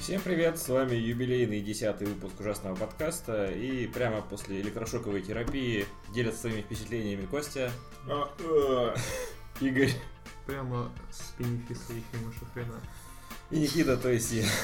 Всем привет, с вами юбилейный 10-й выпуск ужасного подкаста. И прямо после электрошоковой терапии делятся своими впечатлениями Костя, Игорь Прямо с бенефиса Ефима Шуфрина и Никита, то есть я.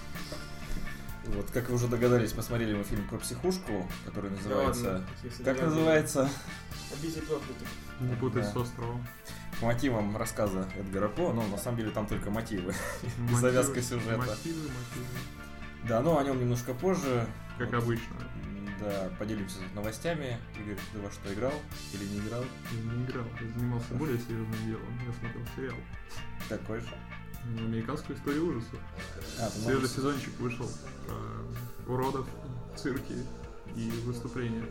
Вот, как вы уже догадались, посмотрели мы фильм про психушку, который называется... Как называется? Обитель проклятых. Не путай с островом. По мотивам рассказа Эдгара По, но на самом деле там только мотивы. Завязка сюжета. Мотивы. Да, но о нем немножко позже. Как вот, обычно. Да, поделимся новостями. Игорь, ты во что играл или не играл? Я не играл, я занимался более серьезным делом. Я смотрел сериал. Такой же. Американскую историю ужасов. Свежий сезончик вышел про уродов, цирки и выступления.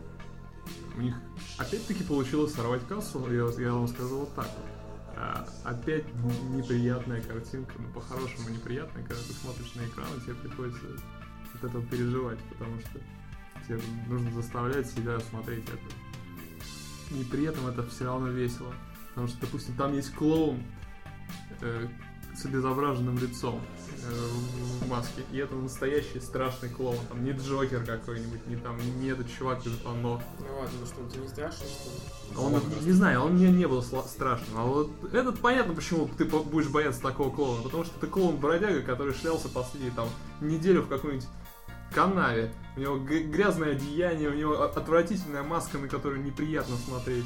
У них опять-таки получилось сорвать кассу, я вам скажу вот так вот. Опять неприятная картинка, но по-хорошему неприятная, когда ты смотришь на экран, и тебе приходится от этого переживать, потому что тебе нужно заставлять себя смотреть это. И при этом это все равно весело, потому что, допустим, там есть клоун с обезображенным лицом в маске, и это настоящий страшный клоун, там не Джокер какой-нибудь, не этот чувак из Оно. Ну ладно, ну что, он не страшный, что ли? Он, не знаю, он мне не был страшным, а вот этот понятно, почему ты будешь бояться такого клоуна, потому что это клоун-бродяга, который шлялся последние там неделю в какой-нибудь канаве, у него грязное одеяние, у него отвратительная маска, на которую неприятно смотреть,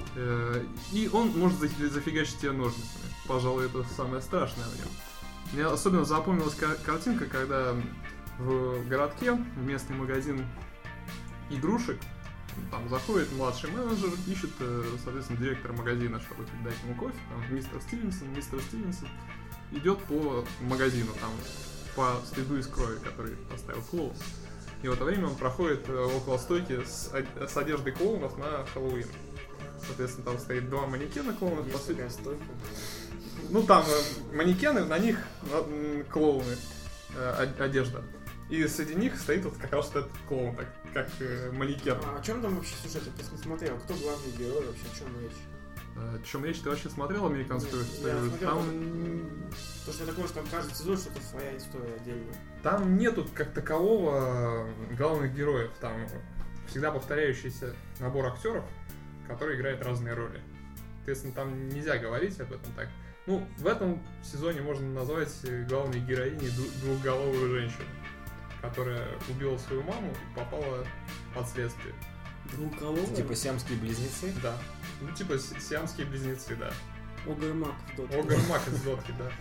и он может зафигачить тебя ножницами. Пожалуй, это самое страшное в нем. Мне особенно запомнилась картинка, когда в городке, в местный магазин игрушек, там заходит младший менеджер, ищет, соответственно, директора магазина, чтобы дать ему кофе, там мистер Стивенсон идет по магазину, там, по следу из крови, который оставил клоун. И в это время он проходит около стойки с одеждой клоунов на Хэллоуин. Соответственно, там стоит два манекена клоунов. Есть такая стойка. Ну, там манекены, на них клоуны, одежда. И среди них стоит вот как раз вот этот клоун, так, как манекен. А о чем там вообще сюжет? Я просто не смотрел. Кто главный герой вообще? О чем речь? О чем речь? Ты вообще смотрел американскую историю? Я смотрел. Там... То, что я такое, что там каждый сезон что-то своя история отдельная. Там нету как такового главных героев. Там всегда повторяющийся набор актеров, которые играют разные роли. Соответственно, там нельзя говорить об этом так. Ну, в этом сезоне можно назвать главной героиней двухголовую женщину, которая убила свою маму и попала под следствие. Двухголовая? Типа сиамские близнецы? Да. Ну, типа сиамские близнецы, да. Огармак в Дотке. Огармак из Дотки, да.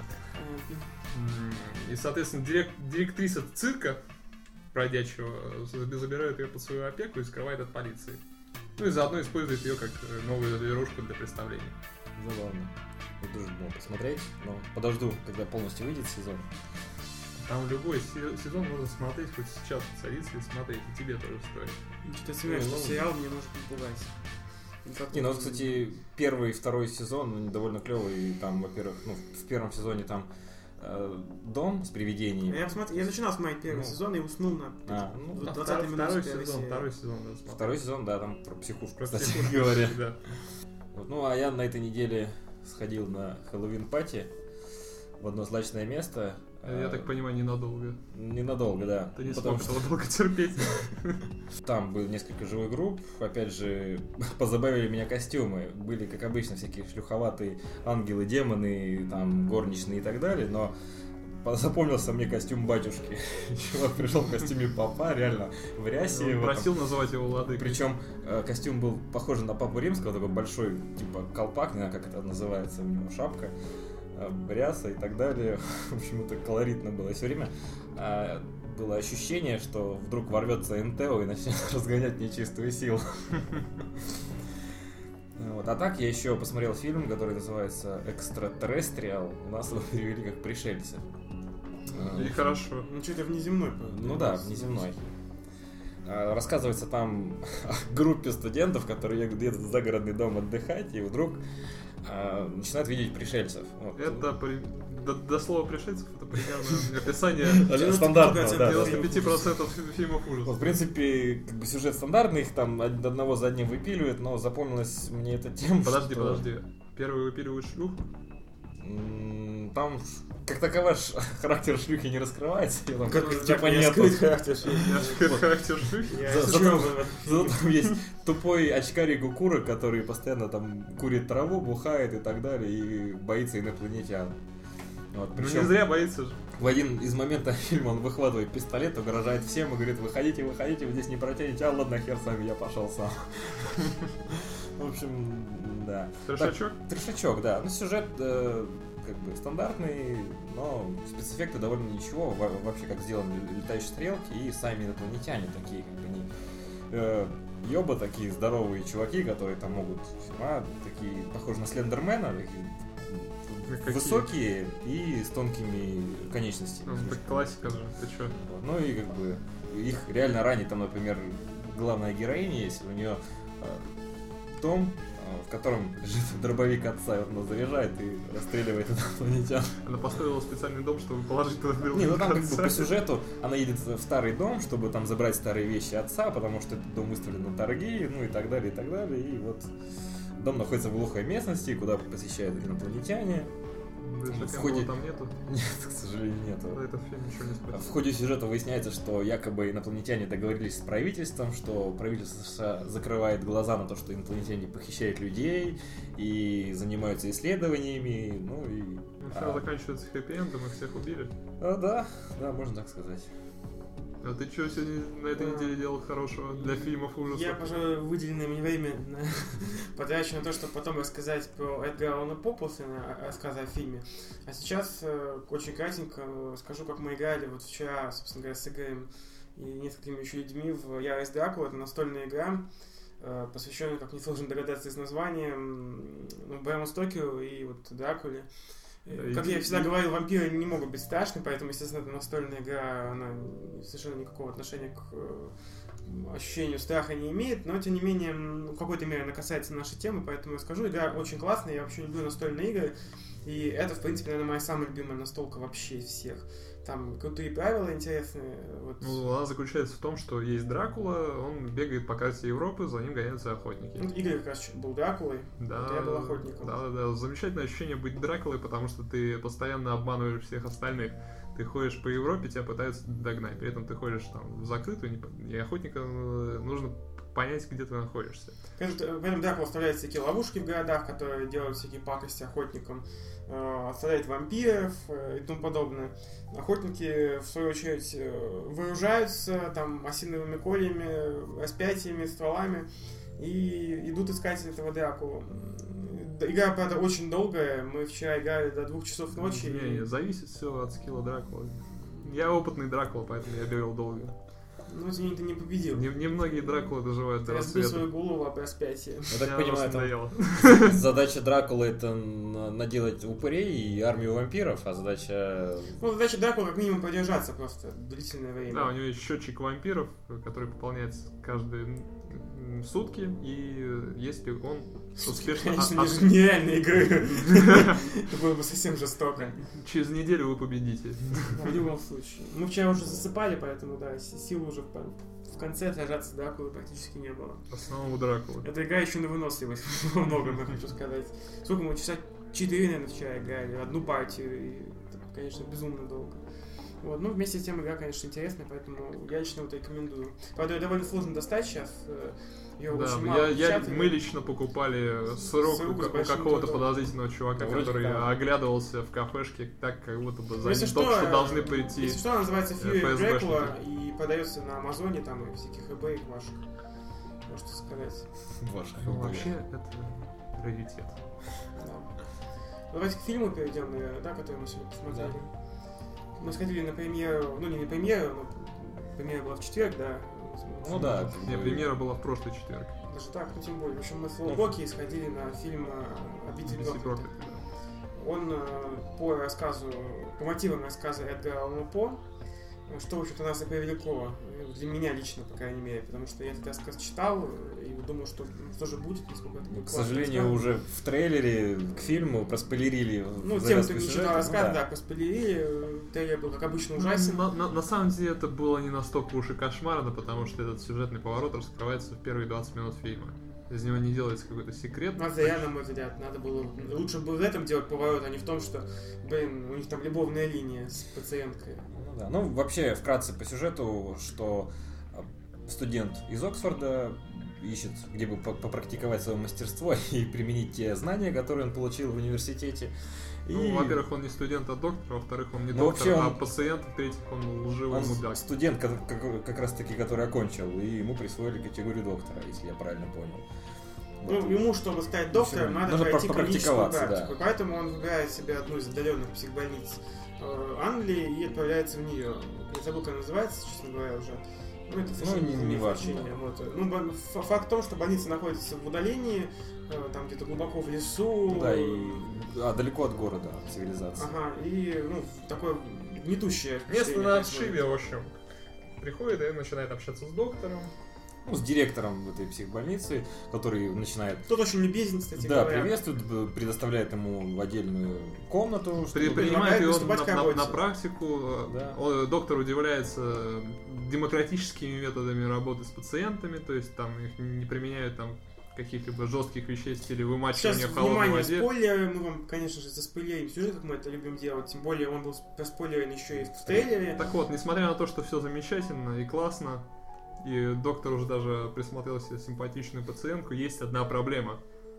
И, соответственно, директриса цирка бродячего забирает ее под свою опеку и скрывает от полиции. Ну и заодно использует ее как новую зверушку для представления. Забавно. Я тоже думал посмотреть, но подожду, когда полностью выйдет сезон. Там любой сезон можно смотреть, хоть сейчас садиться и смотреть, и тебе тоже стоит. Что-то сомневаюсь, что сериал мне может напугать. Не, ну вот, кстати, первый и второй сезон они довольно клевые. Там, во-первых, ну, в первом сезоне там дом с привидениями. Я начинал смотреть первый сезон и уснул на 20 минут. Второй сезон, да. Второй сезон, да, там про психушку, Про кстати психушку, говоря. да. Вот, ну, а я на этой неделе сходил на Хэллоуин-пати в одно злачное место. Я так понимаю, ненадолго. Ненадолго, да. Ты не Потому смог этого долго терпеть. Там было несколько живых групп. Опять же, позабавили меня костюмы. Были, как обычно, всякие шлюховатые ангелы, демоны, там, горничные и так далее. Но запомнился мне костюм батюшки. Чувак пришел в костюме папа, реально, в рясе. Он просил называть его владыкой. Причем костюм был похож на папу римского, такой большой, типа колпак, не знаю, как это называется, у него шапка, ряса и так далее. В общем, это колоритно было. И все время было ощущение, что вдруг ворвется НТО и начнет разгонять нечистую силу. Вот. А так я еще посмотрел фильм, который называется «Экстратеррестриал». У нас его перевели как «Пришельцы». И хорошо. Ну что-то внеземной. Ну да, внеземной. Рассказывается там о группе студентов, которые едут в загородный дом отдыхать, и вдруг начинают видеть пришельцев. Вот. Это до слова пришельцев это примерно описание стандартного, 95% фильмов ужасов. Вот, в принципе, как бы сюжет стандартный, их там одного за одним выпиливают, но запомнилась мне эта тема. Подожди. Первый выпиливают шлюху? там как таковой характер шлюхи не раскрывается. И там, Как типа не нету. раскрыть характер Вот. Характер шлюхи. Зато там есть тупой очкарик Укурок, который постоянно там курит траву, бухает и так далее, и боится инопланетян. Вот, Ну не причем зря боится же. в один из моментов фильма он выхватывает пистолет, угрожает всем и говорит: выходите, выходите, вы здесь не протянете, а ладно, хер с вами, я пошел сам. В общем, да. Трешачок? Трешачок, да. Ну, сюжет как бы стандартный, но спецэффекты довольно ничего. Вообще, как сделаны летающие стрелки и сами инопланетяне такие, как бы они ёба такие здоровые чуваки, которые там могут, такие похожи на Слендермена, такие высокие и с тонкими конечностями. Ну, так классика же, ты чё? Ну и как бы их реально ранит. Там, например, главная героиня есть, у нее дом, в котором лежит дробовик отца, и он его заряжает и расстреливает инопланетян. Она построила специальный дом, чтобы положить туда Не, ну там как бы по сюжету она едет в старый дом, чтобы там забрать старые вещи отца, потому что этот дом выставлен на торги, ну и так далее, и так далее. И вот дом находится в глухой местности, куда посещают инопланетяне. В ходе- там нету. Нет, к сожалению, нету. За этот фильм ничего не спрашивает. В ходе сюжета выясняется, что якобы инопланетяне договорились с правительством, что правительство США закрывает глаза на то, что инопланетяне похищают людей и занимаются исследованиями, ну и... Ну все, заканчивается хэппи-эндом, и всех убили. Да, можно так сказать. А ты что сегодня на этой неделе делал хорошего для фильмов ужасов? Я, пожалуй, выделенное мне время потрачу на то, чтобы потом рассказать про Эдгара Аллана По после рассказа о фильме. А сейчас очень кратенько скажу, как мы играли вот вчера, собственно говоря, с Игорем и несколькими еще людьми в Ярость Дракула. Это настольная игра, посвященная, как несложно догадаться из названия, Брэму Стокеру и вот Дракуле. Как я всегда говорил, вампиры не могут быть страшны, поэтому, естественно, эта настольная игра, она совершенно никакого отношения к ощущению страха не имеет, но, тем не менее, в какой-то мере она касается нашей темы, поэтому я скажу, игра очень классная, я вообще люблю настольные игры, и это, в принципе, наверное, моя самая любимая настолка вообще из всех. Там крутые правила интересные. Вот. Ну, она заключается в том, что есть Дракула, он бегает по карте Европы, за ним гоняются охотники. Ну, Игорь как раз был Дракулой, Да, вот я был охотником. Да. Замечательное ощущение быть Дракулой, потому что ты постоянно обманываешь всех остальных. Ты ходишь по Европе, тебя пытаются догнать. При этом ты ходишь там в закрытую, и охотникам нужно понять, где ты находишься. При этом Дракула оставляет всякие ловушки в городах, которые делают всякие пакости охотникам, оставляет вампиров и тому подобное. Охотники, в свою очередь, вооружаются там осиновыми кольями, распятиями, стволами и идут искать этого Дракулу. Игра, правда, очень долгая. Мы вчера играли до 2 часов ночи. Не, зависит все от скилла Дракулы. Я опытный Дракула, поэтому я бегал долго. Ну, извини, ты не победил. Немногие Дракулы доживают до Ты разбил рассвета. свою голову об распятие. Я так понимаю, там надоело. задача Дракулы это наделать упырей и армию вампиров, а задача... Ну, задача Дракулы как минимум продержаться просто длительное время. Да, у него есть счетчик вампиров, который пополняется каждые сутки, и если он успешно... Конечно, нереальной игры. Это было бы совсем жестоко. Через неделю вы победите. В любом случае. Мы вчера уже засыпали, поэтому, да, сил уже в конце сражаться с Дракулой практически не было. Основного Дракулы. Эта игра еще на выносливость во многом, я хочу сказать. Сколько мы, часа 4, наверное, вчера играли, одну партию, и это, конечно, безумно долго. Вот. Ну, вместе с тем игра, конечно, интересная, поэтому я лично вот рекомендую. Правда, ее довольно сложно достать сейчас. Ее очень мало печатали. Мы лично покупали с рук у какого-то подозрительного чувака, Да, который да. оглядывался в кафешке так, как будто бы за Если ним только что, что должны прийти. Если что, она называется Fury ФСБшники. Dracula и продается на Амазоне, там и всяких eBay ваших. Можете сказать. Ваших Вообще, это раритет. Да. Давайте к фильму перейдем, наверное, да, который мы сегодня посмотрели. Мы сходили на премьеру, ну не на премьеру, но премьера была в четверг, да. Ну да. Не, премьера была в прошлый четверг. Даже так, ну тем более. В общем, мы с Локи сходили на фильм «Обитель проклятых». Он по мотивам рассказа Эдгара Аллана По, что, в общем-то, нас и привлекло, для меня лично, по крайней мере, потому что я этот рассказ читал и думал, что же будет, насколько это будет. К сожалению, уже в трейлере к фильму проспойлерили. Ну, тем, кто не читал рассказ, да, проспойлерили. Трейлер был, как обычно, ужасен. На самом деле это было не настолько уж и кошмарно, потому что этот сюжетный поворот раскрывается в первые 20 минут фильма. из него не делается какой-то секрет. Ну, зря, на мой взгляд, надо было... Лучше было в этом делать поворот, а не в том, что, у них там любовная линия с пациенткой. Ну да, ну вообще вкратце по сюжету, что студент из Оксфорда ищет, где бы попрактиковать свое мастерство и применить те знания, которые он получил в университете. Ну, во-первых, он не студент, а доктор, во-вторых, он не Ну, доктор, вообще а он- пациент, в-третьих, он лживый Он мудак. студент, как раз таки, который окончил, и ему присвоили категорию доктора, если я правильно понял. Ну, ему, чтобы стать доктором, надо нужно пройти клиническую попрактиковаться, практику. да. Поэтому он выбирает себе одну из отдаленных психбольниц Англии и отправляется в нее. Я забыл, как она называется, честно говоря, уже. Ну, это совершенно не имеет важно, значения. да. Вот. Ну, факт в том, что больница находится в удалении, там где-то глубоко в лесу. Да, и далеко от города, от цивилизации. Ага, и, такое гнетущее Место впечатление на происходит. отшибе, в общем. Приходит и начинает общаться с доктором. Ну, с директором этой психбольницы, который начинает Тот очень любезен, кстати да, говоря. приветствует, предоставляет ему отдельную комнату. Принимает предлагает его приступать к на работе. практику. Да. Доктор удивляется демократическими методами работы с пациентами, то есть там их не применяют там каких-либо жестких вещей в стиле Сейчас, вымачивания в холодной внимание, воде. спойлеры, мы вам, конечно же, заспойлерим сюжет, как мы это любим делать, тем более он был проспойлерен еще и в трейлере. Так вот, несмотря на то, что все замечательно и классно, и доктор уже даже присмотрел себе симпатичную пациентку, есть одна проблема.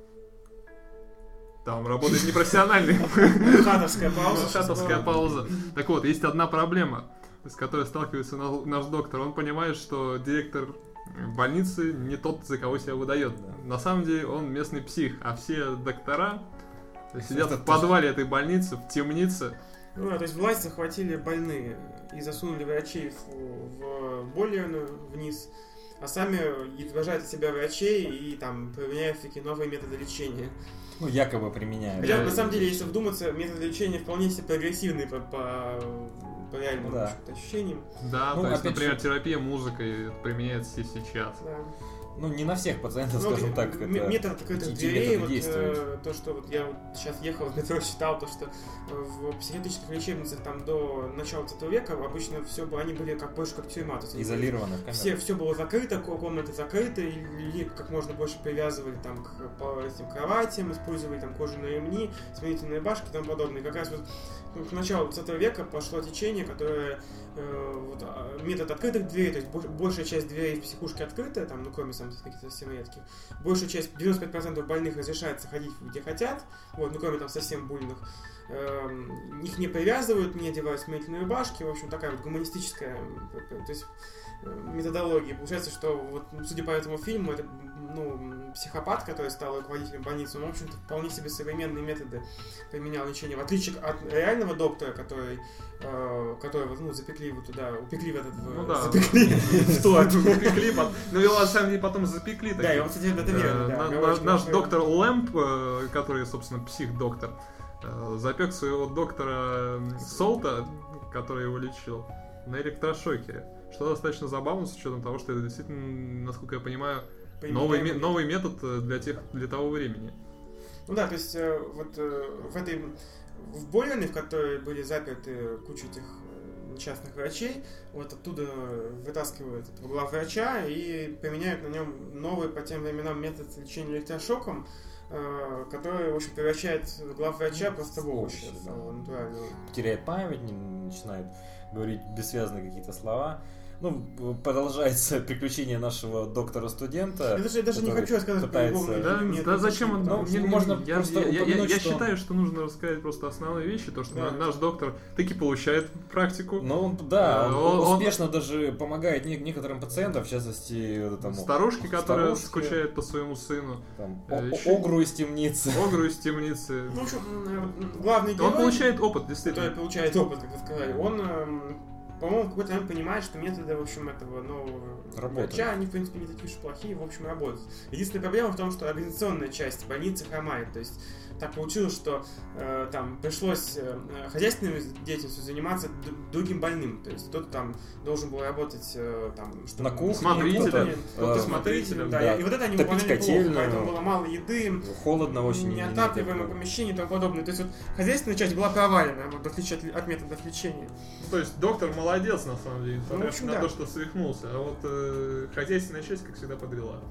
Там работает непрофессиональный Хатовская пауза. Хатовская пауза. Так вот, есть одна проблема, с которой сталкивается наш доктор. Он понимает, что директор больницы не тот, за кого себя выдает. Да. На самом деле он местный псих, а все доктора сидят Это в подвале этой больницы, в темнице. Ну, да, то есть власть захватили больные и засунули врачей в бойлерную вниз, а сами изображают из себя врачей и там применяют всякие новые методы лечения. Ну, якобы применяют. Хотя, на самом деле, если вдуматься, методы лечения вполне себе прогрессивные по реальным Да. в общем-то, ощущениям. Да, Ну, то есть, опять например, же- терапия музыкой применяется и сейчас. Да. Ну, не на всех пациентов, Ну, скажем так, это метод открытых эти дверей, методы действуют. то, что вот я вот сейчас ехал в метро, читал, то, что в психиатрических лечебницах там до начала 20 века обычно все они были больше как тюрьма. То есть они изолированы в камерах. все было закрыто, комнаты закрыты, и людей как можно больше привязывали там по этим кроватям, использовали там кожаные ремни, сменительные башки и тому подобное. И как раз вот к началу 20 века пошло течение, которое метод открытых дверей, то есть большая часть дверей в психушке открытая, там, ну кроме каких-то совсем редких, большая часть, 95% больных разрешается ходить где хотят, вот, ну кроме там совсем буйных. Их не привязывают, не одевают сменительные башки, в общем, такая вот гуманистическая, то есть методология. Получается, что вот, судя по этому фильму, это психопат, который стал руководителем больницы, он, в общем-то, вполне себе современные методы применял лечение, в отличие от реального доктора, которого запекли вот туда, упекли в этот... Ну да. Запекли в торт. Запекли, ну его на самом деле потом запекли. Да, и он, кстати, это верно, да. Наш доктор Лэмп, который, собственно, псих-доктор, запек своего доктора Солта, который его лечил, на электрошокере. Что достаточно забавно, с учетом того, что это действительно, насколько я понимаю, новый метод для того времени. Ну да, то есть в бойлерной, в которой были заперты куча этих частных врачей, вот оттуда вытаскивают главврача и применяют на нем новый по тем временам метод лечения электрошоком, который, в общем, превращает главврача просто в овощи натурального. Теряет память, начинает говорить бессвязные какие-то слова. Ну, продолжается приключение нашего доктора-студента. Я даже не хочу рассказывать пытается... Да зачем он... можно просто упомянуть, я что считаю, что нужно рассказать просто основные вещи, то, что Да. наш доктор таки получает практику. Но он успешно даже помогает некоторым пациентам, в частности, тому, Старушке, которая старушке, скучает по своему сыну. там, еще- Огру из темницы. Огру из темницы. Ну, в общем, главный герой, Он получает опыт, который действительно. получает опыт, как вы сказали, он, по-моему, в какой-то момент понимает, что методы, в общем, этого нового Работают. врача, они, в принципе, не такие уж плохие, в общем, работают. Единственная проблема в том, что организационная часть больницы хромает, то есть так получилось, что там пришлось хозяйственной деятельностью заниматься другим больным, то есть кто-то там должен был работать там, чтобы На кухне, Смотрителем. кто-то смотрителем, да, да. и вот это они Топить выполняли плохо, котельную. поэтому было мало еды, Холодно очень. неотапливаемое помещение и тому подобное. То есть вот хозяйственная часть была провалена, вот, в отличие от методов лечения. То есть доктор молодец, на самом деле, несмотря Ну, в общем, на да. то, что свихнулся. А вот хозяйственная часть, как всегда, подвела.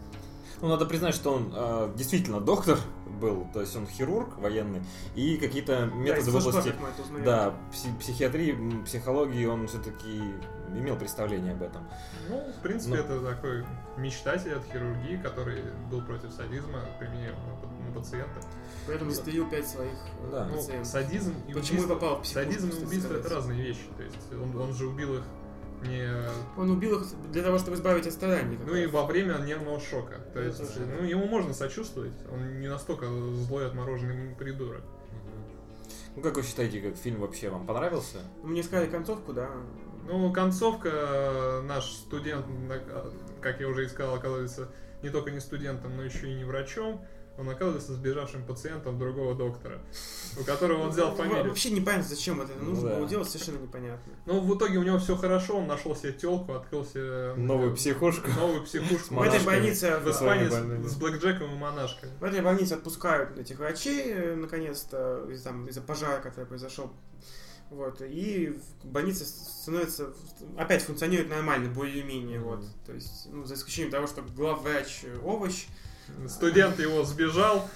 Ну, надо признать, что он действительно доктор был, то есть он хирург военный, и какие-то методы в области психиатрии, психологии он все-таки имел представление об этом. Ну, в принципе, это такой мечтатель от хирургии, который был против садизма, применяемого на пациента. Поэтому застрелил 5 своих пациентов. Садизм и Почему убийство, попал в психушку? садизм и убийство — это разные вещи. То есть он же убил их не... Он убил их для того, чтобы избавить от страданий. Ну и во время нервного шока. То есть, тоже, ему можно сочувствовать. Он не настолько злой, отмороженный придурок. Ну, как вы считаете, как фильм вообще вам понравился? Мне сказали концовку, да. Ну, концовка, наш студент, как я уже и сказал, оказывается не только не студентом, но еще и не врачом. Он оказывается сбежавшим пациентом другого доктора, у которого он взял фамилию. Вообще непонятно, зачем это нужно было делать, совершенно непонятно. Ну, в итоге у него все хорошо, он нашел себе телку, открыл себе новую психушку. В этой больнице в Испании с блэкджеком и монашкой. В этой больнице отпускают этих врачей, наконец-то, из-за пожара, который произошел. Вот, и больница становится, опять функционирует нормально, более-менее, вот. То есть, за исключением того, что главврач овощ. Студент его сбежал,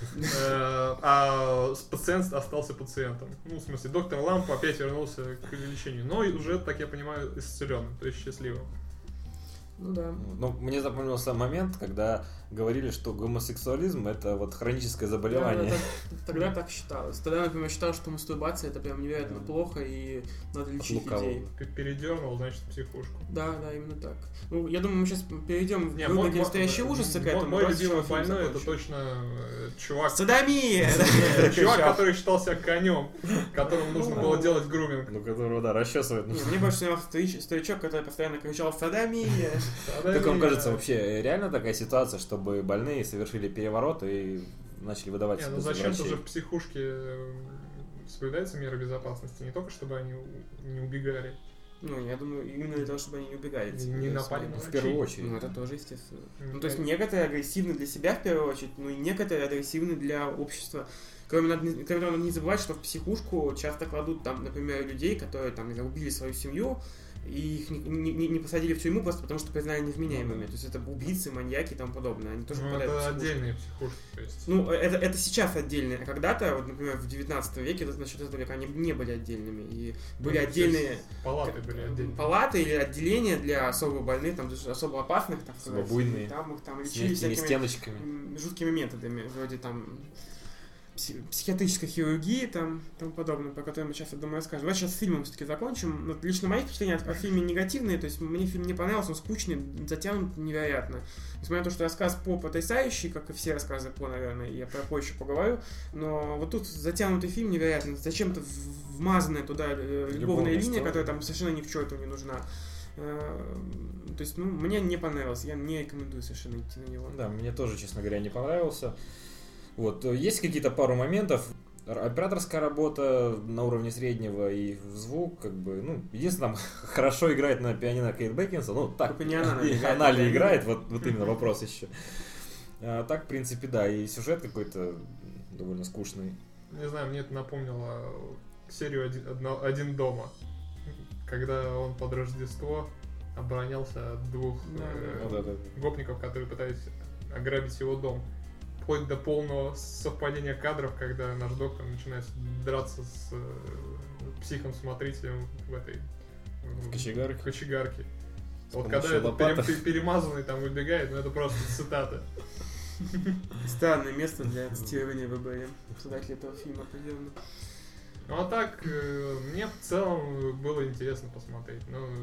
а пациент остался пациентом. Ну, в смысле, доктор Ламп опять вернулся к лечению, но уже, так я понимаю, исцеленным, то есть счастливым. Ну да. Ну, мне запомнился момент, когда говорили, что гомосексуализм — это вот хроническое заболевание. Да, тогда так считалось. Тогда, например, считал, что мастурбация — это прям невероятно плохо и надо лечить людей. Передернул, значит, психушку. Да, именно так. Ну, я думаю, мы сейчас перейдем в глубокие настоящие ужасы к этому. Мой любимый больной — это точно чувак. Содомия! Чувак, который считал себя конем, которому нужно было делать груминг. Ну, которого, да, расчесывать. Мне больше нравился старичок, который постоянно кричал «Содомия!». Как вам кажется, вообще реально такая ситуация, чтобы больные совершили переворот и начали выдавать себя за врачей? Зачем-то же в психушке соблюдаются меры безопасности, не только чтобы они не убегали. Ну, я думаю, именно для того, чтобы они не убегали. Не напали на в первую очередь. Ну, это тоже естественно. Ну, то есть некоторые агрессивны для себя в первую очередь, но и некоторые агрессивны для общества. Кроме того, надо не забывать, что в психушку часто кладут там, например, людей, которые там убили свою семью, и их не посадили в тюрьму просто потому, что признали невменяемыми. То есть это убийцы, маньяки и тому подобное. Они тоже попадают в психушку. Это отдельные психушки. То есть... Ну, это сейчас отдельные. А когда-то, вот, например, в 19 веке, значит, этого века, они не были отдельными. И были отдельные... Палаты были отдельные. Палаты или отделения для особо больных, там, особо опасных, так сказать. Особо буйные. Там их там лечили всякими стеночками. Жуткими методами, вроде там... психиатрической хирургии там тому подобное, про которое мы сейчас, я думаю, расскажем. Давайте сейчас с фильмом все-таки закончим. Вот лично мои впечатления о фильме негативные, то есть мне фильм не понравился, он скучный, затянут невероятно. Несмотря на то, что рассказ По потрясающий, как и все рассказы По, наверное, я про По еще поговорю, но вот тут затянутый фильм невероятно, зачем-то вмазанная туда любовная линия, которая там совершенно ни в черту не нужна. То есть, мне не понравилось, я не рекомендую совершенно идти на него. Да, мне тоже, честно говоря, не понравился. Вот, есть какие-то пару моментов. Операторская работа на уровне среднего и звук, как бы, единственное, там хорошо играет на пианино Кейт Бекинсейл, так, не она ли играет, вот именно вопрос еще. А так, в принципе, да, и сюжет какой-то довольно скучный. Не знаю, мне это напомнило серию «Один дома», когда он под Рождество оборонялся от двух гопников, которые пытались ограбить его дом. Вплоть до полного совпадения кадров, когда наш доктор начинает драться с психом-смотрителем в кочегарке. Вот когда это перемазанный там убегает, это просто цитата. Странное место для цитирования ВБМ, создатель этого фильма определенно. Ну а так, мне в целом было интересно посмотреть.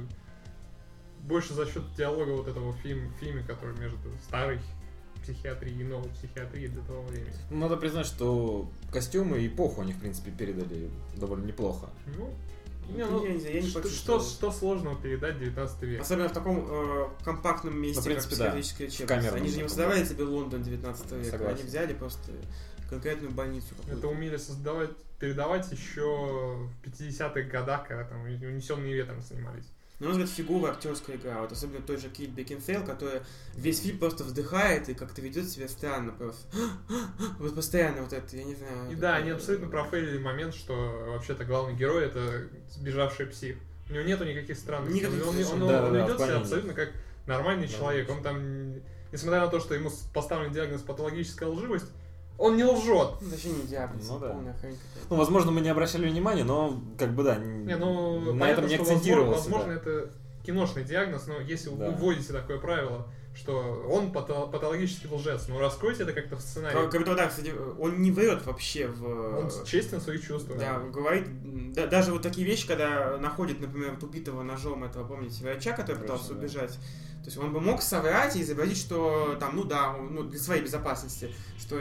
Больше за счет диалога вот этого фильма, который между старой психиатрии и новой психиатрии до того времени. Надо признать, что костюмы и эпоху они, в принципе, передали довольно неплохо. Что сложного передать 19 век? Особенно в таком компактном месте, в принципе, как психиатрическая лечебница. Они же не создавали себе Лондон 19 века. Согласен. Они взяли просто конкретную больницу какую-то. Это умели передавать еще в 50-х годах, когда там «Унесенные ветром» снимались. На мой взгляд, фигура актерская игра, вот особенно той же Кейт Бекинсейл, которая весь фильм просто вздыхает и как-то ведет себя странно просто. Вот постоянно вот это, я не знаю. И да, они абсолютно профейлили момент, что вообще-то главный герой — это сбежавший псих. У него нету никаких странностей. Он ведет себя абсолютно как нормальный человек. Он там, несмотря на то, что ему поставлен диагноз патологическая лживость, он не лжет. Даже не диагноз, Ну да. полная хрень какая-то. Ну, возможно, мы не обращали внимания, но как бы да, Не, ну, на понятно, этом не что акцентировался. возможно, да. это киношный диагноз, но если Да. вы вводите такое правило, что он патологический лжец, ну раскройте это как-то в сценарии. Кроме того, да, кстати, он не врет вообще Он честен в своих чувствах. Да, он говорит, даже вот такие вещи, когда находит, например, убитого ножом этого, помните, врача, который пытался Точно, да. убежать. То есть он бы мог соврать и изобразить, что там, ну да, для своей безопасности, что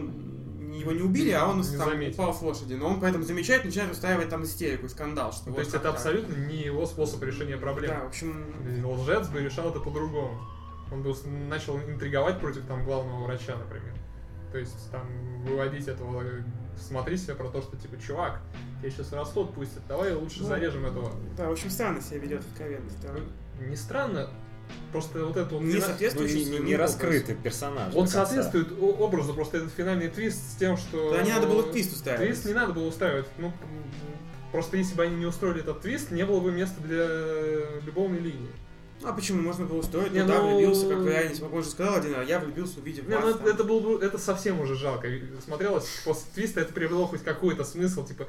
его не убили, а он Не там заметил. упал с лошади. Но он поэтому замечает, начинает устраивать там истерику и скандал. Что Ну, вот то есть как это так. абсолютно не его способ решения проблем. Да, в общем, Лжец бы решал это по-другому. Он бы начал интриговать против там главного врача, например. То есть там выводить этого смотрителя про то, что типа, чувак, тебя сейчас в расход пустят, давай лучше зарежем этого. Да, в общем, странно себя ведет откровенно. Не странно, просто вот это вот Не Ну, соответствующий не своему раскрытый персонаж. он до конца. соответствует образу, просто этот финальный твист с тем, что... Да не надо было твист устраивать. Твист не надо было устраивать. Ну, просто если бы они не устроили этот твист, не было бы места для любовной линии. А почему? Можно было устроить, Не, ну да, ну- влюбился, как реальность. Он же сказал один раз, я влюбился, увидев Не, вас. ну там. это было бы, это совсем уже жалко. Смотрелось после твиста, это приобрело хоть какой-то смысл, типа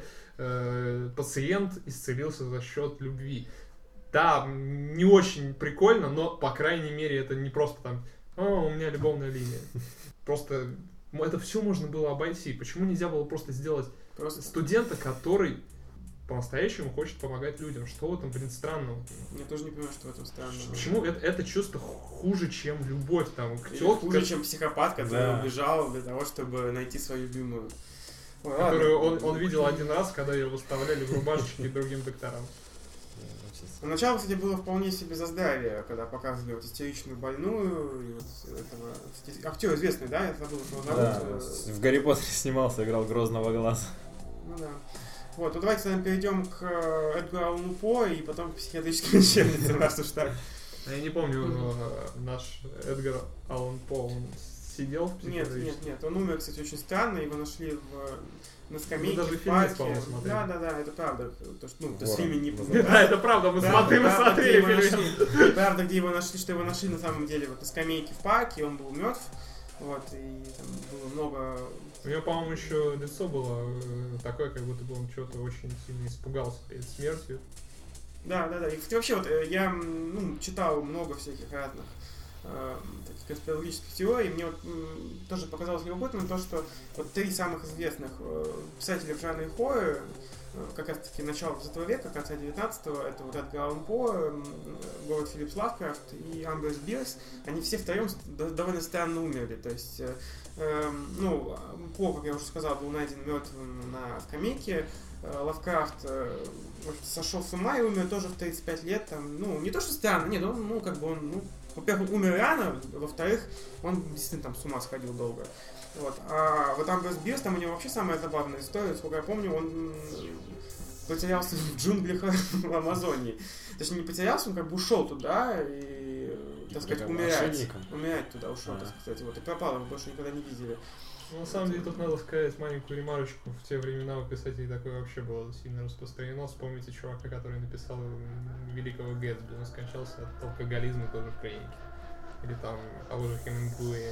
пациент исцелился за счет любви. Да, не очень прикольно, но по крайней мере это не просто там, у меня любовная линия. Просто это все можно было обойти. Почему нельзя было просто сделать Просто студента, который по-настоящему хочет помогать людям? Что в этом, блин, странного? я тоже не понимаю, что в этом странно. Почему это чувство хуже, чем любовь там к Или тётке, хуже, чем психопат, который Да. убежал для того, чтобы найти свою любимую. Ой, которую ладно. он видел один раз, когда ее выставляли в рубашечке другим докторам. Поначалу, кстати, было вполне себе за здравие, когда показывали вот истеричную больную, и вот этого... Кстати, актер известный, да? Я забыл, что его Да, зовут. в Гарри Поттере снимался, играл Грозного глаза. Ну да. Вот, ну давайте с вами перейдем к Эдгару Аллану По и потом к психиатрическим лечебницам, раз уж так. Я не помню, наш Эдгар Аллан По, он сидел в Нет, психиатрическом? нет, он умер, кстати, очень странно, его нашли на скамейке даже в фильмец, парке. по-моему, смотрели. Да, это правда. То, что, ну, то есть в Ворон. фильме не... Да, это правда, мы смотрели фильм. Правда, где его нашли, что его нашли на самом деле вот на скамейке в парке, он был мертв. Вот, и там было много... У него, по-моему, еще лицо было такое, как будто бы он чего-то очень сильно испугался перед смертью. Да. И кстати, вообще, вот я читал много всяких разных таких конспирологических теорий. Мне вот тоже показалось любопытным то, что вот три самых известных писателя в жанре хоррор, как раз таки начала 20 века, конца 19-го, это вот Эдгар Аллан По, Говард Филлипс Лавкрафт и Амброс Бирс, они все втроем довольно странно умерли. То есть, По, как я уже сказал, был найден мертвым на скамейке. Лавкрафт сошел с ума и умер тоже в 35 лет. Там, не то, что странно, нет, он, во-первых, умер рано, во-вторых, он действительно там с ума сходил долго. Вот. А вот Амброс Бирс, там у него вообще самая забавная история, сколько я помню, он потерялся в джунглях в Амазонии. Точнее, не потерялся, он как бы ушел туда и, так сказать, умирать туда ушел, так сказать. Вот, и пропал, его больше никогда не видели. Ну, на самом деле, тут надо сказать маленькую ремарочку. В те времена у писателей такое вообще было сильно распространено. Вспомните чувака, который написал Великого Гэтсби. Он скончался от алкоголизма тоже в клинике. Или там того же Хемингуэя.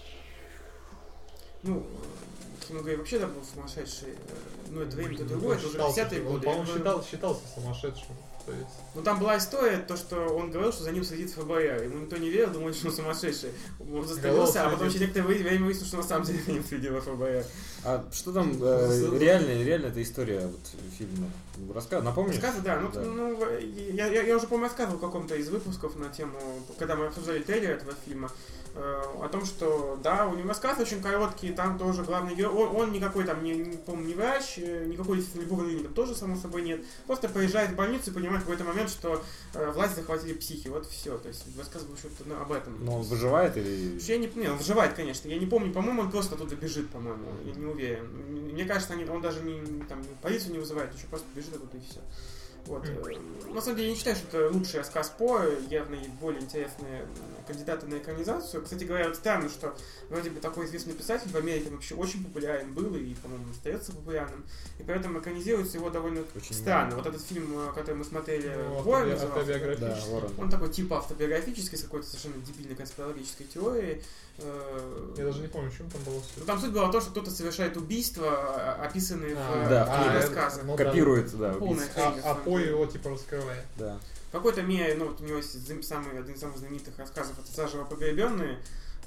Хемингуэй вообще да, был сумасшедший. Это время-то другое, это уже 50-е Он, годы. по-моему, считался сумасшедшим. То есть... там была история, то, что он говорил, что за ним следит ФБР. Ему никто не верил, думали, что он сумасшедший. Он застрелился, а потом через некоторое время выяснилось, что на самом деле за ним следила ФБР. А что там реально эта история вот, фильма? Напомнишь? Рассказы, да. Я уже, по-моему, рассказывал в каком-то из выпусков на тему, когда мы обсуждали трейлер этого фильма, о том, что, да, у него рассказ очень короткий, там тоже главный герой, он никакой там, по-моему, не врач, никакой любовной линии там тоже, само собой, нет. Просто приезжает в больницу и понимает в какой-то момент, что власти захватили психи, вот все. То есть рассказ был что-то об этом. Но он выживает или... Он выживает, конечно. Я не помню, по-моему, он просто оттуда бежит, по-моему, я не уверен. Мне кажется, он даже полицию не вызывает, еще просто бежит оттуда и все. Вот. На самом деле, я не считаю, что это лучший рассказ По, явно есть более интересные кандидаты на экранизацию. Кстати говоря, вот странно, что вроде бы такой известный писатель в Америке вообще очень популярен был и, по-моему, остается популярным. И поэтому экранизируется его довольно очень странно. Вот этот фильм, который мы смотрели, Ну, Ворон автобиографический. Да, Ворон. он такой типа автобиографический, с какой-то совершенно дебильной конспирологической теорией. Я даже не помню, в чем там было все. Там суть была в том, что кто-то совершает убийства, описанные в да, рассказах. ну, Копирует, да, Полная убийство. хрень. А По его типа раскрывает. Да. В какой-то мере, ну вот у него есть один из самых знаменитых рассказов, это «Заживо погребенные».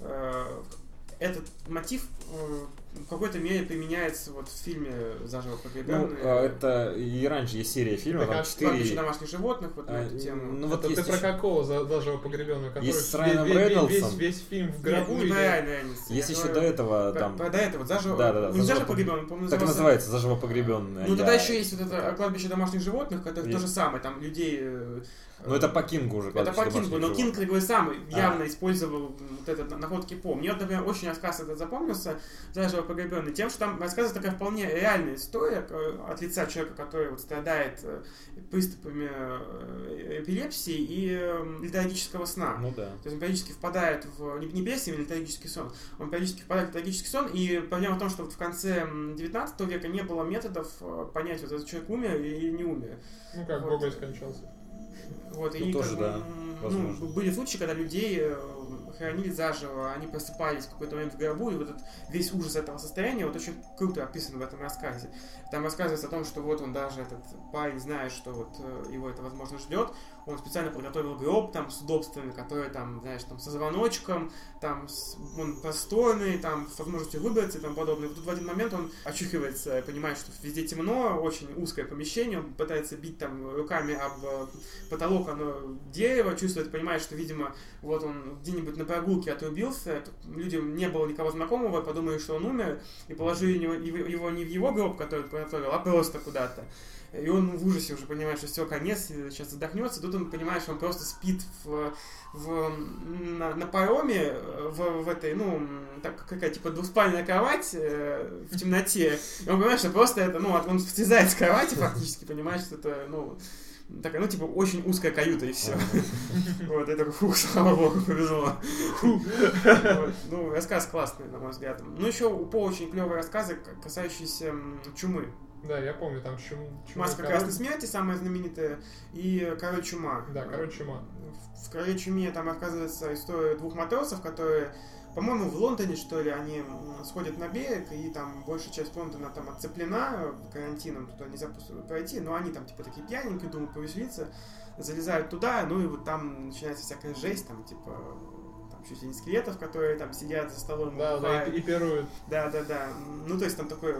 Этот мотив в какой-то мере применяется вот в фильме «Заживо Ну, погребенные». это и раньше есть серия фильмов, там «Кладбище 4... домашних животных», вот на эту тему. Ну вот Ты есть про еще- какого заживо погребенного? Который Есть с Райаном Рейнольдсом. весь фильм в Нет, гробу? не или- про Райана Рейнольдса. Есть Я еще до говорю этого про- там... про до этого «Заживо». Да-да-да, Ну, «Заживо «Заживо погребенный», по-моему, Так и называется, заживо погребенное. Ну, тогда еще есть вот это «Кладбище домашних животных», которое Есть. то же самое, там людей... Ну это по Кингу уже. Это по «Кладбище Кингу, но домашних Кинг, как бы, сам А. явно использовал вот этот находки По. Мне, вот, например, очень рассказ этот запомнился, «Заживо погребенный», тем, что там рассказывается такая вполне реальная история от лица человека, который вот страдает приступами эпилепсии и летаргического сна. животных. Ну да. То есть он периодически впадает в... Не эпилепсию, а летаргический сон. Он периодически впадает в летаргический сон, и проблема в том, что вот в конце 19 века не было методов понять, вот этот человек умер или не умер. Ну как, Вот. Гоголь скончался. Вот, Ну, и тоже, как бы, да, возможно. были случаи, когда людей хоронили заживо, они просыпались в какой-то момент в гробу, и вот этот весь ужас этого состояния вот очень круто описан в этом рассказе. Там рассказывается о том, что вот он даже, этот парень, зная, что вот его это, возможно, ждет, он специально подготовил гроб там с удобствами, которые там, знаешь, там со звоночком, там он просторный, там с возможностью выбраться и тому подобное. И тут в один момент он очухивается, понимает, что везде темно, очень узкое помещение, он пытается бить там руками об потолок, оно дерево, чувствует, понимает, что, видимо, вот он где-нибудь на прогулке отрубился, людям не было никого знакомого, подумали, что он умер, и положили его не в его гроб, который он подготовил, а просто куда-то. И он в ужасе уже понимает, что все, конец, сейчас задохнется. Тут он понимает, что он просто спит на пароме, в этой, ну, так, какая типа двуспальная кровать в темноте. И он понимает, что просто это, ну, он слезает с кровати фактически, понимает, что это, ну, такая, ну, типа, очень узкая каюта, и все. Вот, я такой, фух, слава богу, повезло. Ну, рассказ классный, на мой взгляд. Ну, еще у По очень клевые рассказы, касающиеся чумы. Да, я помню, там чума. «Маска красной смерти», самая знаменитая, и «Король чума». Да, «Король чума». В «Короле чуме» там рассказывается история двух матросов, которые, по-моему, в Лондоне, что ли, они сходят на берег, и там большая часть Лондона там отцеплена карантином, туда нельзя пройти, но они там типа такие пьяненькие, думают повеселиться, залезают туда, ну и вот там начинается всякая жесть, там типа там чуть ли не скелетов, которые там сидят за столом, Да, и пируют. Да. Ну, то есть там такой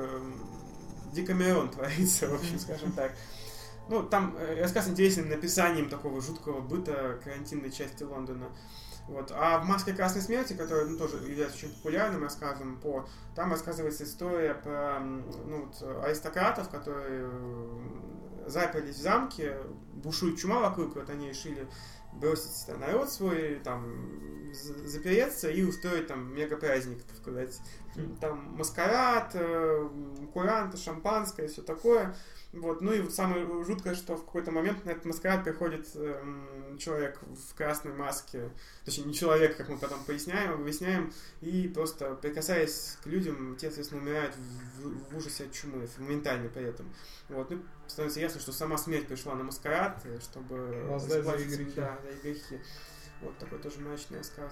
Декамерон творится, в общем, скажем так. Ну, там рассказ интересен написанием такого жуткого быта карантинной части Лондона. Вот. А в «Маске красной смерти», которая, ну, тоже является очень популярным рассказом там рассказывается история про, ну, вот, аристократов, которые заперлись в замке, бушует чума вокруг, вот они решили бросить там народ свой, там, запереться и устроить там мега-праздник, так сказать. Там маскарад, куранты, шампанское, все такое. Вот. Ну и вот самое жуткое, что в какой-то момент на этот маскарад приходит человек в красной маске, точнее не человек, как мы потом выясняем, и просто прикасаясь к людям, те, соответственно, умирают в ужасе от чумы, моментально при этом. Вот. Ну, становится ясно, что сама смерть пришла на маскарад, чтобы воздать за их грехи. Да, за их грехи. Вот такой тоже мрачный рассказ.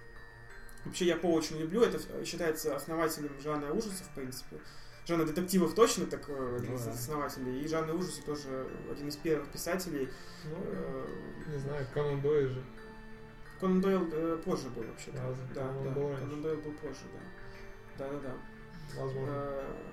Вообще я По очень люблю, это считается основателем жанра ужасов, в принципе. Жанр детективов точно такой один из основателей, и жанр ужасов тоже один из первых писателей. Ну, не знаю, Конан Дойль же. Конан Дойл позже был вообще. Да, Конан Дойл был позже, да. Возможно.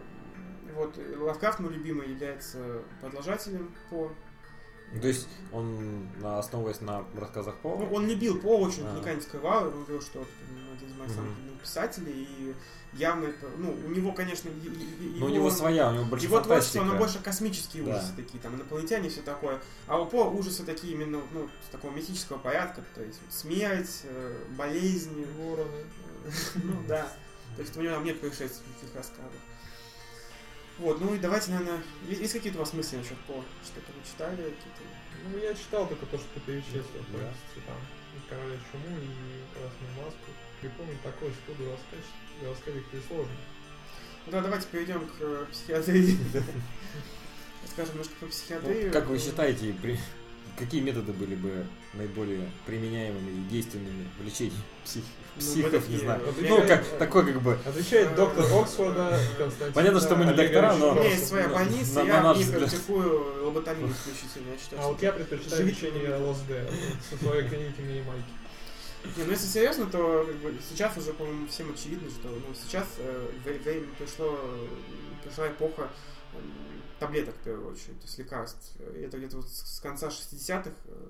Вот, Лавкрафт, мой любимый, является продолжателем По. То есть он, основываясь на рассказах По? Ну, он любил По, очень никогда не скрывал, он говорил, что он один из моих самых любимых писателей, и явно это, ну, у него, конечно, у него своя, у него больше его фантастика. творчество, оно больше космические ужасы такие, там, инопланетяне, все такое. А у По ужасы такие именно, ну, такого мифического порядка, то есть вот, смерть, болезни. Вороны. Ну, да. То есть у него там нет происшествий в этих рассказах. Вот, ну и давайте, наверное, есть какие-то у вас мысли насчет По? Что-то вы читали? Какие-то... Ну, я читал только то, что ты перечислил, то Да. есть там и Короля Чуму, и Красную Маску. Припомнить такое сходу рассказать сложно. Ну да, давайте перейдем к психиатрии. Скажем немножко про психиатрию. Как вы считаете, какие методы были бы наиболее применяемыми и действенными в лечении психов, не знаю. Ну, как такой как бы... Отвечает доктор Оксфорда Константин. Понятно, что мы не доктора, но... У меня есть своя больница, на я наш не взгляд. практикую лоботомию исключительно. Я считаю, А вот я предпочитаю лечение ЛСД со своей клиники Минимайки. Не, ну если серьезно, то как бы, сейчас уже, по-моему, всем очевидно, что сейчас время пришла эпоха таблеток, в первую очередь, то есть лекарств. И это где-то вот с конца 60-х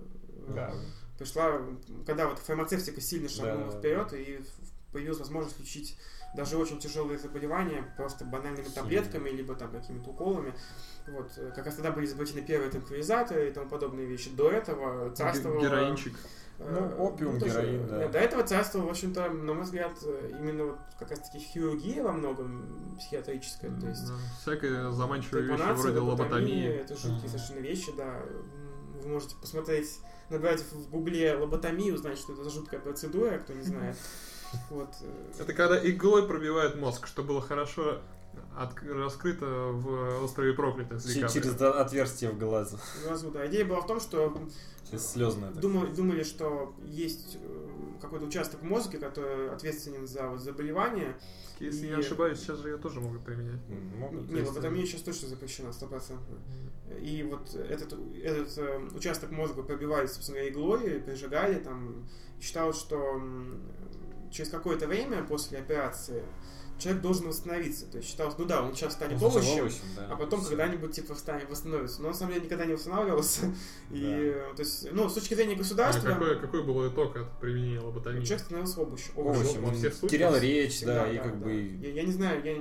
пришла, когда вот фармацевтика сильно шагнула вперед, и появилась возможность лечить даже очень тяжелые заболевания просто банальными таблетками, либо там какими-то уколами. Вот. Как раз тогда были изобретены первые транквилизаторы и тому подобные вещи. До этого царствовало... Героинчик. Опиум, героин, да. До этого царствовало, в общем-то, на мой взгляд, именно вот как раз-таки хирургия во многом психиатрическая. То есть всякие заманчивые вещи трепанация, вроде лоботомии. Это жуткие совершенно вещи, да. Вы можете посмотреть, набрать в гугле лоботомию, узнать, что это за жуткая процедура, кто не знает. Вот. Это когда иглой пробивает мозг, что было хорошо раскрыто в «Острове проклятых» с Ди Каприо. Через отверстие в глазу. Да. Идея была в том, что слезное. Думали, что есть какой-то участок мозга, который ответственен за вот заболевание. Если не ошибаюсь, сейчас же ее тоже могут применять. Нет, лоботомия сейчас точно запрещена, 100%. И вот этот участок мозга пробивали, собственно, иглой, прижигали, там, считалось, что через какое-то время после операции человек должен восстановиться. То есть считалось, ну да, он сейчас станет овощем, да, а потом когда-нибудь типа восстановится. Но на самом деле никогда не восстанавливался. И, то есть, ну, с точки зрения государства... Какой был итог от применения лоботомии? Человек становился овощем. Он терял речь, всегда, да, и как бы... Я не знаю, я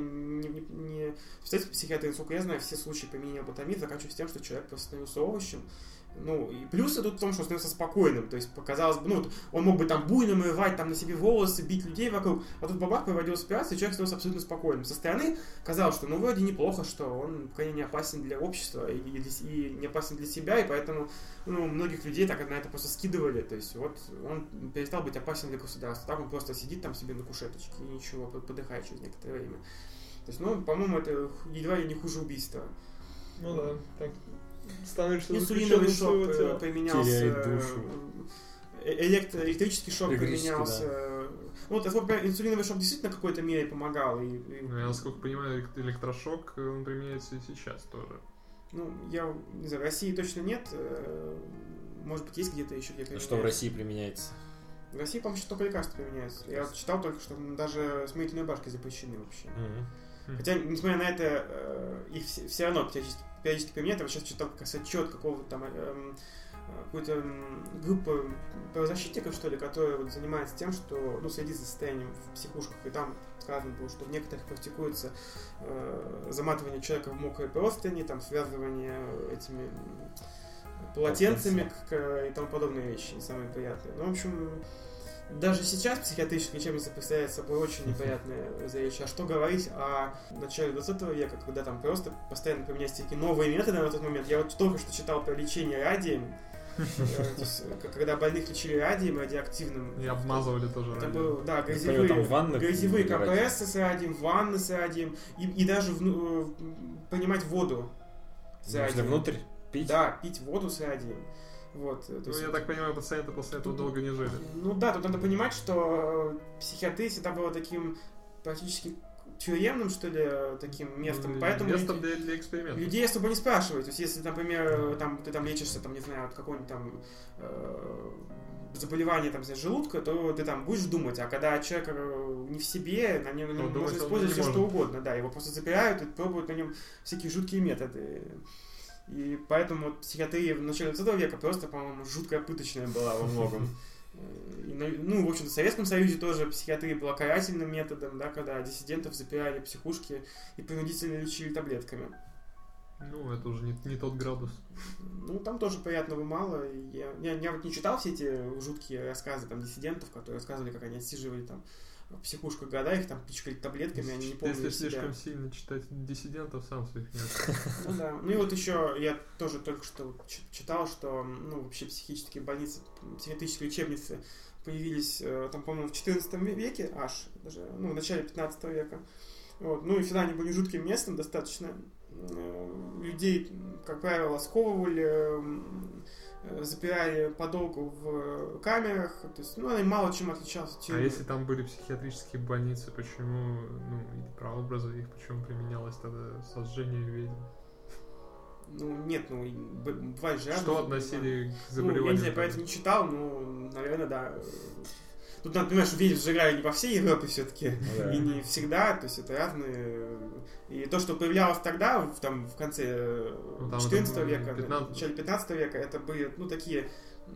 не специалист психиатр, насколько я знаю, все случаи применения лоботомии заканчиваются тем, что человек просто становился овощем. Ну, и плюсы тут в том, что он становится спокойным. То есть, показалось бы, ну, он мог бы там буйно рвать там на себе волосы, бить людей вокруг, а тут бабах проводил операцию, и человек становился абсолютно спокойным. Со стороны казалось, что, ну, вроде неплохо, что он, конечно, не опасен для общества и не опасен для себя, и поэтому, ну, многих людей так на это просто скидывали. То есть, вот, он перестал быть опасен для государства. Так он просто сидит там себе на кушеточке и ничего, подыхает через некоторое время. То есть, ну, по-моему, это едва ли не хуже убийства. Ну да, так. Становишься инсулиновый шок применялся, электрический шок применялся. Да. Вот, инсулиновый шок действительно в какой-то мере помогал. Ну, я, насколько понимаю, электрошок он применяется и сейчас тоже. Ну, я не знаю, в России точно нет. Может быть, есть где-то еще, где применяется. Что в России применяется? В России, по-моему, еще только лекарства применяются. Я читал только, что даже смирительные башки запрещены вообще. Хотя, несмотря на это, их все равно периодически применяют. Я вот сейчас читал как раз отчет какого-то там какой-то группы правозащитников, что ли, которая вот занимается тем, что, ну, следит за состоянием в психушках. И там сказано было, что в некоторых практикуется заматывание человека в мокрые простыни, там связывание этими полотенцами и тому подобные вещи, не самые приятные. Ну, в общем, даже сейчас психиатрическая лечебница представляет собой очень неприятное зрелище. А что говорить о начале 20 века, когда там просто постоянно применяются такие новые методы на тот момент. Я вот только что читал про лечение радием. Когда больных лечили радием, радиоактивным. И обмазывали тоже радием. Это был, да, грязевые компрессы с радием, ванны с радием. И даже принимать воду с радием. Внутрь пить? Да, пить воду с радием. Вот, ну, я так понимаю, пациенты после этого долго не жили. Ну да, тут надо понимать, что психиатрия всегда была таким практически тюремным, что ли, таким местом. Поэтому местом для экспериментов. Людей особо не спрашивают. То есть, если, например, там, ты там лечишься, там, не знаю, от какого-нибудь там заболевания там, желудка, то ты там будешь думать, а когда человек не в себе, на нем можно использовать все, что угодно. Да, его просто запирают и пробуют на нем всякие жуткие методы. И поэтому вот психиатрия в начале 20 века просто, по-моему, жуткая пыточная была во многом. Ну, в общем-то, в Советском Союзе тоже психиатрия была карательным методом, да, когда диссидентов запирали в психушки и принудительно лечили таблетками. Ну, это уже не тот градус. Ну, там тоже приятного мало. Я вот не читал все эти жуткие рассказы там, диссидентов, которые рассказывали, как они отсиживали там в психушках года, их там пичкали таблетками, они не помнят Если себя. слишком сильно читать диссидентов, сам своих нет. Ну да. Ну и вот еще я тоже только что читал, что вообще психические больницы, психиатрические лечебницы появились там, по-моему, в 14 веке аж, даже, в начале 15 века. Вот. Ну и всегда они были жутким местом достаточно. Людей, как правило, сковывали, запирали подолгу в камерах. То есть, они мало чем отличались от А тюрьмы. если там были психиатрические больницы, почему, и прообразы их, почему применялось тогда сожжение ведьм? Нет, бывает же... Что относили к я заболеванию? не знаю, про это не читал, наверное, да. Тут надо понимать, что ведьм сжигали не по всей Европе все-таки, и не всегда, то есть это разные... И то, что появлялось тогда, в конце 14 века, в начале 15 века, это были, такие...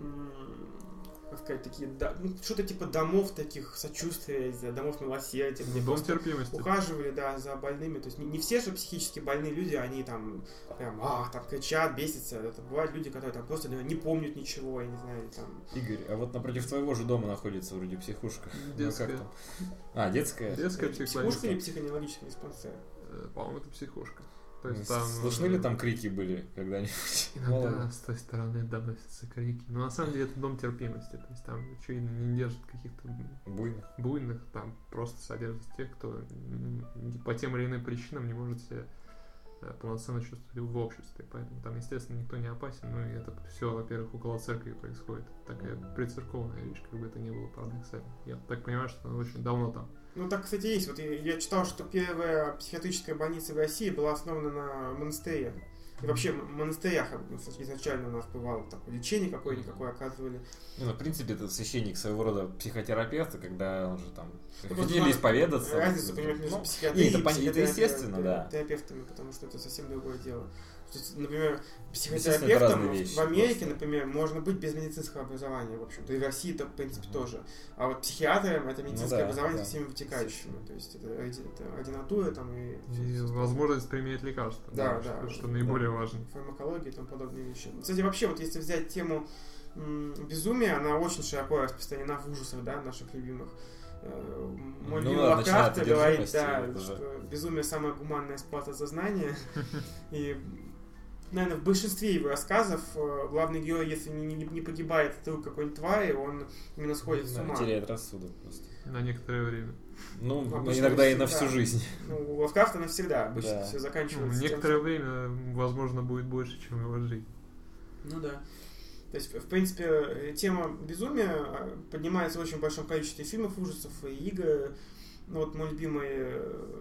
как сказать, такие, что-то типа домов таких сочувствия, домов милосердия, где Дом терпимости. ухаживали, за больными. То есть не все же психически больные люди, они там прям, там кричат, бесятся. Это бывают люди, которые там просто не помнят ничего, я не знаю, или там... Игорь, а вот напротив твоего же дома находится вроде психушка. Детская. Детская? Детская психушка или психоневрологический диспансер? По-моему, это психушка. То есть там... Слышны ли там крики были когда-нибудь? Иногда с той стороны доносятся крики. Но на самом деле это дом терпимости. То есть там, очевидно, не держат каких-то буйных. Там просто содержат тех, кто по тем или иным причинам не может себя полноценно чувствовать в обществе. Поэтому там, естественно, никто не опасен. Ну и это все, во-первых, около церкви происходит. Такая прицерковная вещь, как бы это ни было парадоксально. Я так понимаю, что она очень давно там. Так, кстати, есть. Вот я читал, что первая психиатрическая больница в России была основана на монастыре. И вообще в монастырях изначально у нас бывало такое лечение какое-никакое оказывали. В принципе, это священник своего рода психотерапевта, когда он же там хотели исповедаться. Разницу понимать между психиатрией и это естественно, да. терапевтами, потому что это совсем другое дело. То есть, например, психотерапевтом в Америке, например, можно быть без медицинского образования, в общем-то, и в России это, в принципе, тоже. А вот психиатром это медицинское образование со всеми вытекающими. То есть это ординатура там и возможность применять лекарства. Да, что наиболее важно. Фармакология и тому подобные вещи. Кстати, вообще, вот если взять тему безумия, она очень широко распространена в ужасах, наших любимых. Мой любимый Лавкрафт говорит, что безумие самая гуманная сплата сознания. И, наверное, в большинстве его рассказов главный герой, если не погибает от рук какой-нибудь твари, он именно сходит с ума. Теряет рассудок просто. На некоторое время. Иногда и на всю жизнь. У Лавкрафта навсегда обычно все заканчивается. Некоторое время, возможно, будет больше, чем его жизнь. Ну да. То есть, в принципе, тема безумия поднимается в очень большом количестве фильмов ужасов и игр. Мой любимый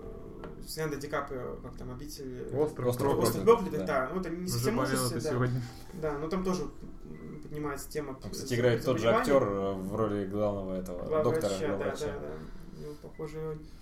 с Леонардо Ди Каприо, как там, «Обитель...» Остров проклятых, да. Это не совсем ужасы, сегодня. Да, но там тоже поднимается тема... Кстати, играет тот же актер в роли главного этого доктора. Да. Похоже,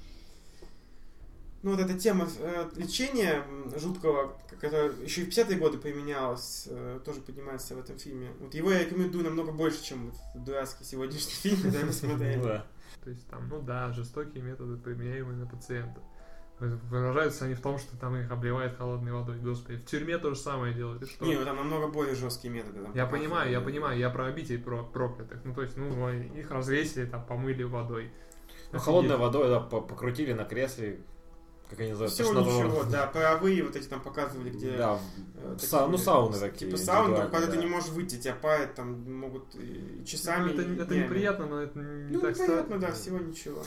эта тема лечения жуткого, которая еще и в 50-е годы применялась, тоже поднимается в этом фильме. Его я рекомендую намного больше, чем дурацкий сегодняшний фильм, когда мы смотрели. То есть там, жестокие методы, применяемые на пациента. Выражаются они в том, что там их обливают холодной водой. Господи, в тюрьме то же самое делают. И что? Там намного более жесткие методы. Я понимаю, я про обитель проклятых. То есть, их развесили, там, помыли водой. Холодной водой, покрутили на кресле. Как они называются? Всего ничего, паровые вот эти там показывали, где... Да, сауны такие. Типа сауны, когда ты не можешь выйти, тебя парят, там могут часами... Это неприятно, но это не так страшно. Неприятно, да, всего ничего.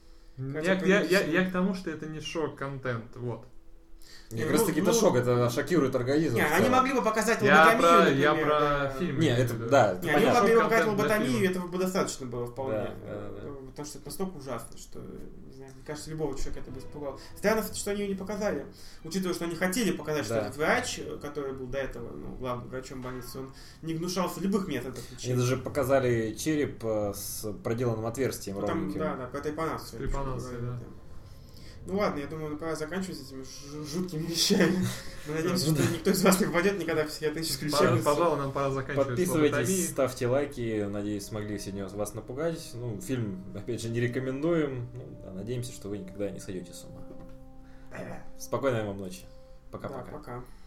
Я к тому, что это не шок-контент, вот. Как раз таки это шок, это шокирует организм. Они могли бы показать лоботомию, Я про фильм. Они могли бы показать лоботомию, и этого бы достаточно было вполне. Потому что это настолько ужасно, что, не знаю, мне кажется, любого человека это бы испугало. Странно, что они ее не показали. Учитывая, что они хотели показать, что этот врач, который был до этого главным врачом больницы, он не гнушался любых методов лечения. Они даже показали череп с проделанным отверстием ровненьким. Да, по трепанации. Да. Ладно, я думаю, пора заканчивать с этими жуткими вещами. Мы надеемся, что никто из вас не попадет никогда в психиатрическую лечебницу. Пожалуй, нам пора заканчивать. Подписывайтесь, ставьте лайки. Надеюсь, смогли сегодня вас напугать. Фильм, опять же, не рекомендуем. Надеемся, что вы никогда не сойдете с ума. Спокойной вам ночи. Пока-пока. Да, пока.